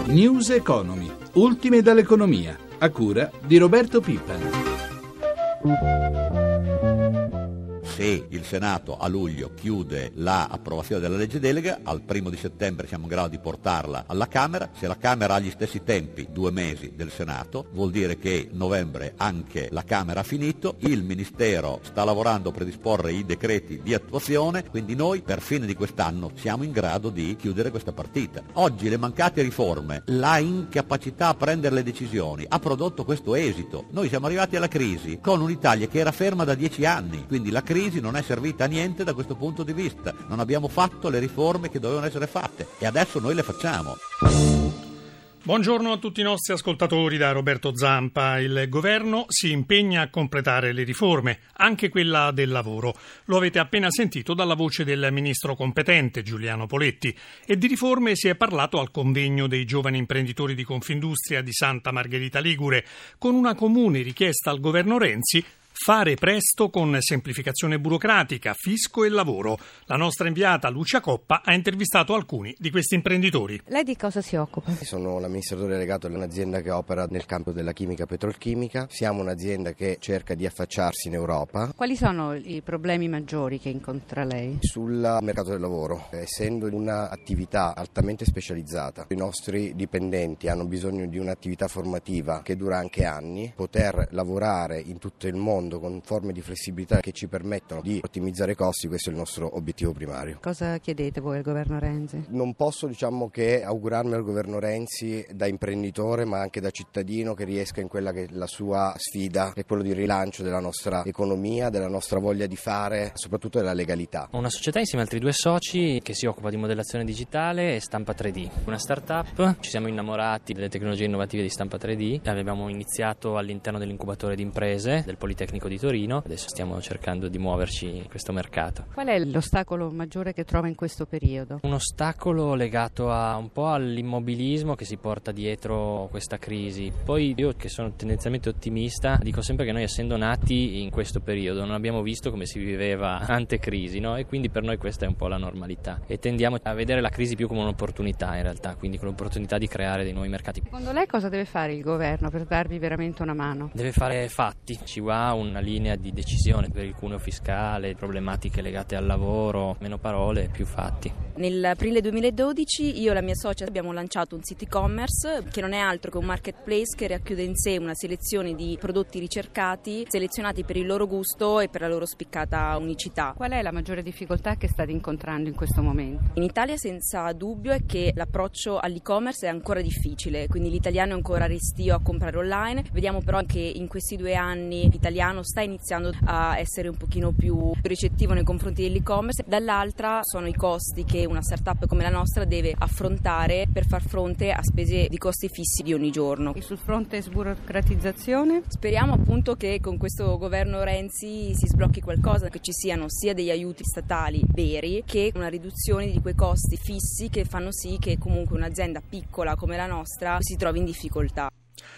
News Economy, ultime dall'economia, a cura di Roberto Pippa. Se il Senato a luglio chiude l'approvazione della legge delega, al 1 di settembre siamo in grado di portarla alla Camera. Se la Camera ha gli stessi tempi, 2 mesi del Senato, vuol dire che novembre anche la Camera ha finito, il Ministero sta lavorando a predisporre i decreti di attuazione, quindi noi per fine di quest'anno siamo in grado di chiudere questa partita. Oggi le mancate riforme, la incapacità a prendere le decisioni ha prodotto questo esito. Noi siamo arrivati alla crisi con un'Italia che era ferma da 10 anni, quindi la crisi non è servita a niente da questo punto di vista. Non abbiamo fatto le riforme che dovevano essere fatte e adesso noi le facciamo. Buongiorno a tutti i nostri ascoltatori da Roberto Zampa. Il governo si impegna a completare le riforme, anche quella del lavoro. Lo avete appena sentito dalla voce del ministro competente Giuliano Poletti. E di riforme si è parlato al convegno dei giovani imprenditori di Confindustria di Santa Margherita Ligure, con una comune richiesta al governo Renzi: fare presto con semplificazione burocratica, fisco e lavoro. La nostra inviata Lucia Coppa ha intervistato alcuni di questi imprenditori. Lei di cosa si occupa? Sono l'amministratore delegato di un'azienda che opera nel campo della chimica petrolchimica. Siamo un'azienda che cerca di affacciarsi in Europa. Quali sono i problemi maggiori che incontra lei? Sul mercato del lavoro, essendo un'attività altamente specializzata, i nostri dipendenti hanno bisogno di un'attività formativa che dura anche anni. Poter lavorare in tutto il mondo con forme di flessibilità che ci permettono di ottimizzare i costi, questo è il nostro obiettivo primario. Cosa chiedete voi al governo Renzi? Non posso che augurarmi al governo Renzi da imprenditore ma anche da cittadino che riesca in quella che è la sua sfida, che è quello di rilancio della nostra economia, della nostra voglia di fare, soprattutto della legalità. Una società insieme ad altri 2 soci che si occupa di modellazione digitale e stampa 3D. Una start-up, ci siamo innamorati delle tecnologie innovative di stampa 3D, abbiamo iniziato all'interno dell'incubatore di imprese del Politecnico di Torino, adesso stiamo cercando di muoverci in questo mercato. Qual è l'ostacolo maggiore che trova in questo periodo? Un ostacolo legato un po' all'immobilismo che si porta dietro questa crisi. Poi io, che sono tendenzialmente ottimista, dico sempre che noi, essendo nati in questo periodo, non abbiamo visto come si viveva ante crisi, no? E quindi per noi questa è un po' la normalità e tendiamo a vedere la crisi più come un'opportunità in realtà, quindi con l'opportunità di creare dei nuovi mercati. Secondo lei cosa deve fare il governo per darvi veramente una mano? Deve fare fatti, ci va una linea di decisione per il cuneo fiscale, problematiche legate al lavoro, meno parole, più fatti. Nell'aprile 2012 io e la mia socia abbiamo lanciato un sito e-commerce che non è altro che un marketplace che racchiude in sé una selezione di prodotti ricercati, selezionati per il loro gusto e per la loro spiccata unicità. Qual è la maggiore difficoltà che state incontrando in questo momento? In Italia senza dubbio è che l'approccio all'e-commerce è ancora difficile, quindi l'italiano è ancora restio a comprare online. Vediamo però che in questi 2 anni l'italiano sta iniziando a essere un pochino più ricettivo nei confronti dell'e-commerce. Dall'altra sono i costi che una startup come la nostra deve affrontare per far fronte a spese di costi fissi di ogni giorno. E sul fronte sburocratizzazione? Speriamo appunto che con questo governo Renzi si sblocchi qualcosa, che ci siano sia degli aiuti statali veri che una riduzione di quei costi fissi che fanno sì che comunque un'azienda piccola come la nostra si trovi in difficoltà.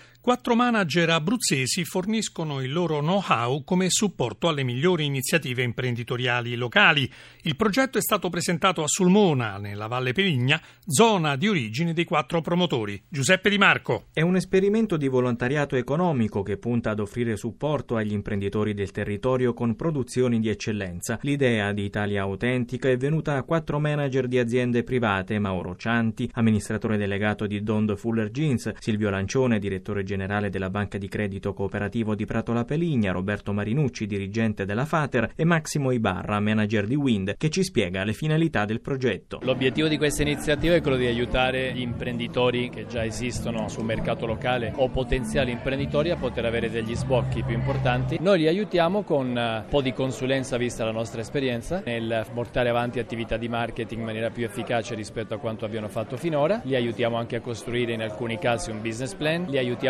4 manager abruzzesi forniscono il loro know-how come supporto alle migliori iniziative imprenditoriali locali. Il progetto è stato presentato a Sulmona, nella Valle Peligna, zona di origine dei 4 promotori. Giuseppe Di Marco. È un esperimento di volontariato economico che punta ad offrire supporto agli imprenditori del territorio con produzioni di eccellenza. L'idea di Italia Autentica è venuta a 4 manager di aziende private: Mauro Cianti, amministratore delegato di Dond Fuller Jeans, Silvio Lancione, direttore generale della Banca di Credito Cooperativo di Prato La Peligna, Roberto Marinucci, dirigente della Fater, e Massimo Ibarra, manager di Wind, che ci spiega le finalità del progetto. L'obiettivo di questa iniziativa è quello di aiutare gli imprenditori che già esistono sul mercato locale o potenziali imprenditori a poter avere degli sbocchi più importanti. Noi li aiutiamo con un po' di consulenza, vista la nostra esperienza, nel portare avanti attività di marketing in maniera più efficace rispetto a quanto abbiano fatto finora. Li aiutiamo anche a costruire in alcuni casi un business plan, li aiutiamo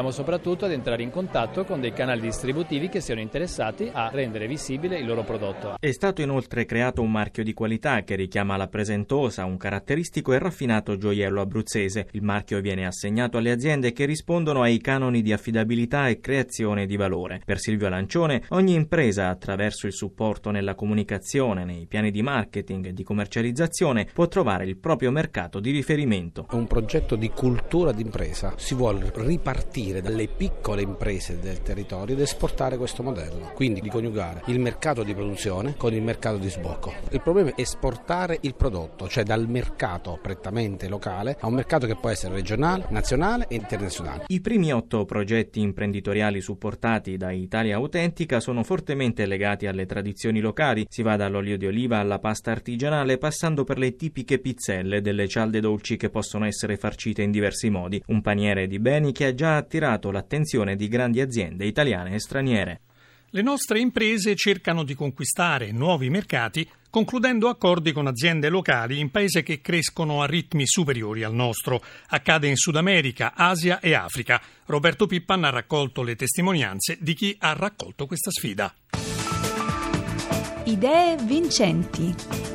Cerchiamo soprattutto di entrare in contatto con dei canali distributivi che siano interessati a rendere visibile il loro prodotto. È stato inoltre creato un marchio di qualità che richiama la Presentosa, un caratteristico e raffinato gioiello abruzzese. Il marchio viene assegnato alle aziende che rispondono ai canoni di affidabilità e creazione di valore. Per Silvio Lancione, ogni impresa, attraverso il supporto nella comunicazione, nei piani di marketing e di commercializzazione, può trovare il proprio mercato di riferimento. È un progetto di cultura d'impresa. Si vuole ripartire dalle piccole imprese del territorio ed esportare questo modello. Quindi di coniugare il mercato di produzione con il mercato di sbocco. Il problema è esportare il prodotto, cioè dal mercato prettamente locale a un mercato che può essere regionale, nazionale e internazionale. I primi 8 progetti imprenditoriali supportati da Italia Autentica sono fortemente legati alle tradizioni locali. Si va dall'olio di oliva alla pasta artigianale, passando per le tipiche pizzelle, delle cialde dolci che possono essere farcite in diversi modi. Un paniere di beni che ha già attirato l'attenzione di grandi aziende italiane e straniere. Le nostre imprese cercano di conquistare nuovi mercati concludendo accordi con aziende locali in paesi che crescono a ritmi superiori al nostro. Accade in Sud America, Asia e Africa. Roberto Pippan ha raccolto le testimonianze di chi ha raccolto questa sfida. Idee vincenti.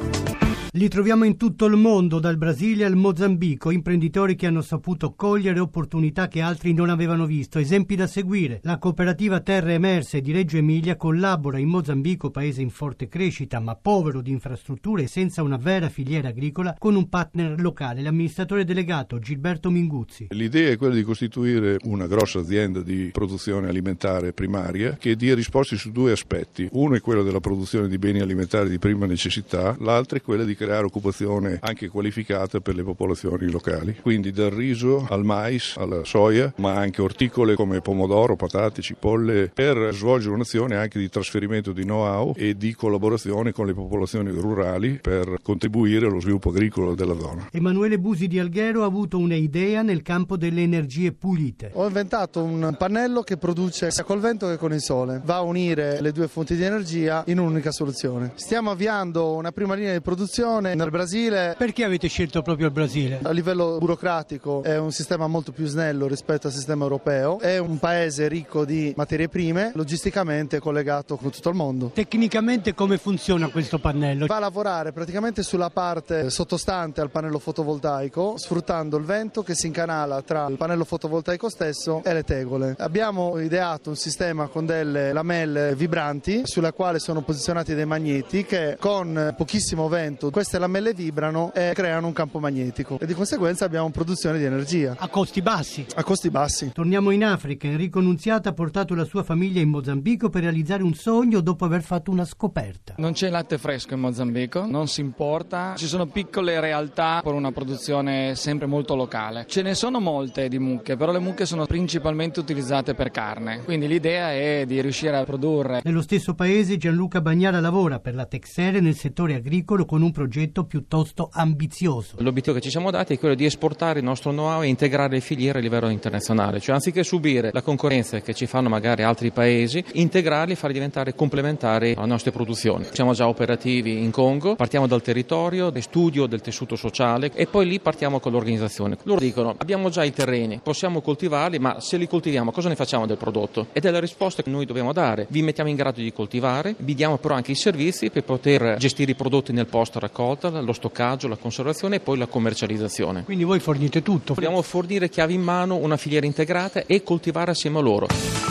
Li troviamo in tutto il mondo, dal Brasile al Mozambico, imprenditori che hanno saputo cogliere opportunità che altri non avevano visto. Esempi da seguire: la cooperativa Terre Emerse di Reggio Emilia collabora in Mozambico, paese in forte crescita ma povero di infrastrutture e senza una vera filiera agricola, con un partner locale, l'amministratore delegato Gilberto Minguzzi. L'idea è quella di costituire una grossa azienda di produzione alimentare primaria che dia risposte su 2 aspetti. Uno è quello della produzione di beni alimentari di prima necessità, l'altro è quella di creare occupazione anche qualificata per le popolazioni locali, quindi dal riso al mais, alla soia, ma anche orticole come pomodoro, patate, cipolle, per svolgere un'azione anche di trasferimento di know-how e di collaborazione con le popolazioni rurali per contribuire allo sviluppo agricolo della zona. Emanuele Busi di Alghero ha avuto un'idea nel campo delle energie pulite. Ho inventato un pannello che produce sia col vento che con il sole, va a unire le 2 fonti di energia in un'unica soluzione. Stiamo avviando una prima linea di produzione nel Brasile. Perché avete scelto proprio il Brasile? A livello burocratico è un sistema molto più snello rispetto al sistema europeo, è un paese ricco di materie prime, logisticamente collegato con tutto il mondo. Tecnicamente come funziona questo pannello? Va a lavorare praticamente sulla parte sottostante al pannello fotovoltaico, sfruttando il vento che si incanala tra il pannello fotovoltaico stesso e le tegole. Abbiamo ideato un sistema con delle lamelle vibranti sulla quale sono posizionati dei magneti che con pochissimo vento queste lamelle vibrano e creano un campo magnetico e di conseguenza abbiamo produzione di energia. A costi bassi? A costi bassi. Torniamo in Africa. Enrico Nunziata ha portato la sua famiglia in Mozambico per realizzare un sogno dopo aver fatto una scoperta. Non c'è latte fresco in Mozambico, non si importa, ci sono piccole realtà per una produzione sempre molto locale. Ce ne sono molte di mucche, però le mucche sono principalmente utilizzate per carne, quindi l'idea è di riuscire a produrre. Nello stesso paese Gianluca Bagnara lavora per la Texere nel settore agricolo con un progetto piuttosto ambizioso. L'obiettivo che ci siamo dati è quello di esportare il nostro know-how e integrare le filiere a livello internazionale, cioè anziché subire la concorrenza che ci fanno magari altri paesi, integrarli e farli diventare complementari alle nostre produzioni. Siamo già operativi in Congo, partiamo dal territorio, del studio del tessuto sociale e poi lì partiamo con l'organizzazione. Loro dicono: abbiamo già i terreni, possiamo coltivarli, ma se li coltiviamo cosa ne facciamo del prodotto? Ed è la risposta che noi dobbiamo dare: vi mettiamo in grado di coltivare, vi diamo però anche i servizi per poter gestire i prodotti nel post raccolta, lo stoccaggio, la conservazione e poi la commercializzazione. Quindi voi fornite tutto? Dobbiamo fornire chiavi in mano, una filiera integrata e coltivare assieme a loro.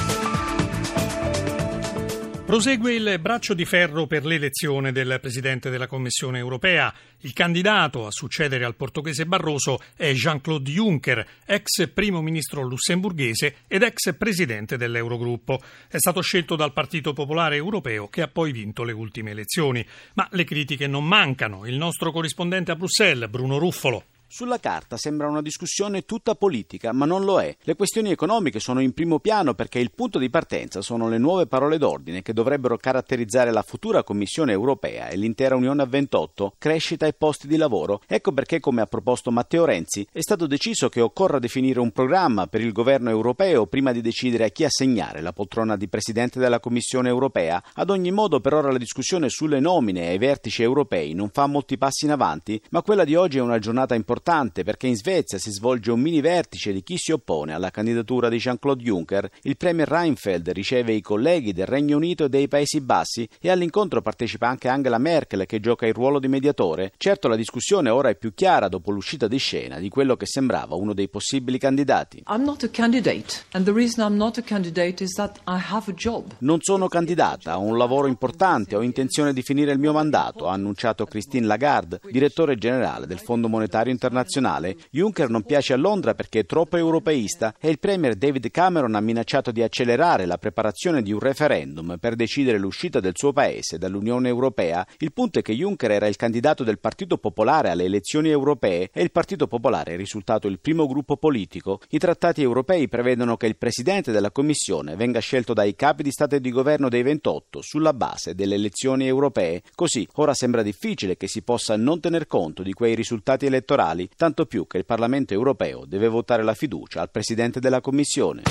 Prosegue il braccio di ferro per l'elezione del Presidente della Commissione europea. Il candidato a succedere al portoghese Barroso è Jean-Claude Juncker, ex primo ministro lussemburghese ed ex presidente dell'Eurogruppo. È stato scelto dal Partito Popolare Europeo, che ha poi vinto le ultime elezioni. Ma le critiche non mancano. Il nostro corrispondente a Bruxelles, Bruno Ruffolo. Sulla carta sembra una discussione tutta politica, ma non lo è. Le questioni economiche sono in primo piano perché il punto di partenza sono le nuove parole d'ordine che dovrebbero caratterizzare la futura Commissione europea e l'intera Unione a 28, crescita e posti di lavoro. Ecco perché, come ha proposto Matteo Renzi, è stato deciso che occorra definire un programma per il governo europeo prima di decidere a chi assegnare la poltrona di Presidente della Commissione europea. Ad ogni modo, per ora la discussione sulle nomine ai vertici europei non fa molti passi in avanti, ma quella di oggi è una giornata importante importante perché in Svezia si svolge un mini vertice di chi si oppone alla candidatura di Jean-Claude Juncker. Il premier Reinfeldt riceve i colleghi del Regno Unito e dei Paesi Bassi e all'incontro partecipa anche Angela Merkel, che gioca il ruolo di mediatore. Certo, la discussione ora è più chiara dopo l'uscita di scena di quello che sembrava uno dei possibili candidati. I'm not a candidate, and the reason I'm not a candidate is that I have a job. Non sono candidata, ho un lavoro importante, ho intenzione di finire il mio mandato, ha annunciato Christine Lagarde, direttore generale del Fondo Monetario Internazionale. Juncker non piace a Londra perché è troppo europeista e il premier David Cameron ha minacciato di accelerare la preparazione di un referendum per decidere l'uscita del suo paese dall'Unione Europea. Il punto è che Juncker era il candidato del Partito Popolare alle elezioni europee e il Partito Popolare è risultato il primo gruppo politico. I trattati europei prevedono che il presidente della Commissione venga scelto dai capi di Stato e di Governo dei 28 sulla base delle elezioni europee. Così ora sembra difficile che si possa non tener conto di quei risultati elettorali, tanto più che il Parlamento europeo deve votare la fiducia al presidente della Commissione.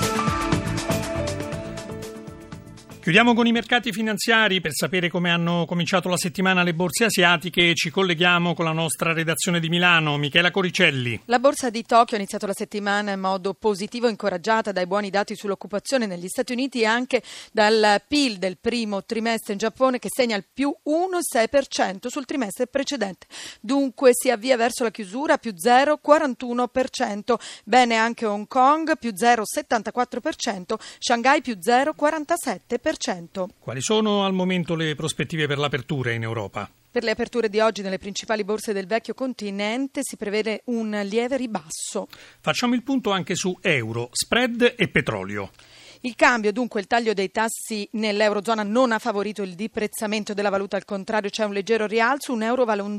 Chiudiamo con i mercati finanziari. Per sapere come hanno cominciato la settimana le borse asiatiche ci colleghiamo con la nostra redazione di Milano. Michela Coricelli. La borsa di Tokyo ha iniziato la settimana in modo positivo, incoraggiata dai buoni dati sull'occupazione negli Stati Uniti e anche dal PIL del primo trimestre in Giappone, che segna il più 1,6% sul trimestre precedente. Dunque si avvia verso la chiusura, più 0,41%. Bene anche Hong Kong, più 0,74%, Shanghai più 0,47%. Quali sono al momento le prospettive per l'apertura in Europa? Per le aperture di oggi nelle principali borse del vecchio continente si prevede un lieve ribasso. Facciamo il punto anche su euro, spread e petrolio. Il cambio, dunque il taglio dei tassi nell'Eurozona non ha favorito il deprezzamento della valuta, al contrario c'è un leggero rialzo, un euro vale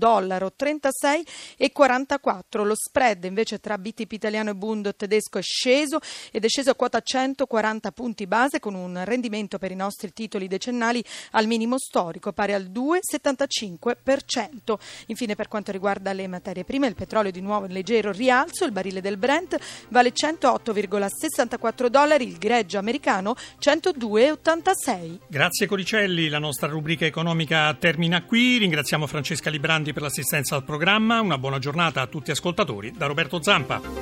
$1,36,44. Lo spread invece tra BTP italiano e Bund tedesco è sceso a quota 140 punti base, con un rendimento per i nostri titoli decennali al minimo storico pari al 2,75%. Infine, per quanto riguarda le materie prime, il petrolio di nuovo in leggero rialzo, il barile del Brent vale $108,64, il greggio americano 102,86. Grazie Coricelli, la nostra rubrica economica termina qui. Ringraziamo Francesca Librandi per l'assistenza al programma. Una buona giornata a tutti ascoltatori da Roberto Zampa.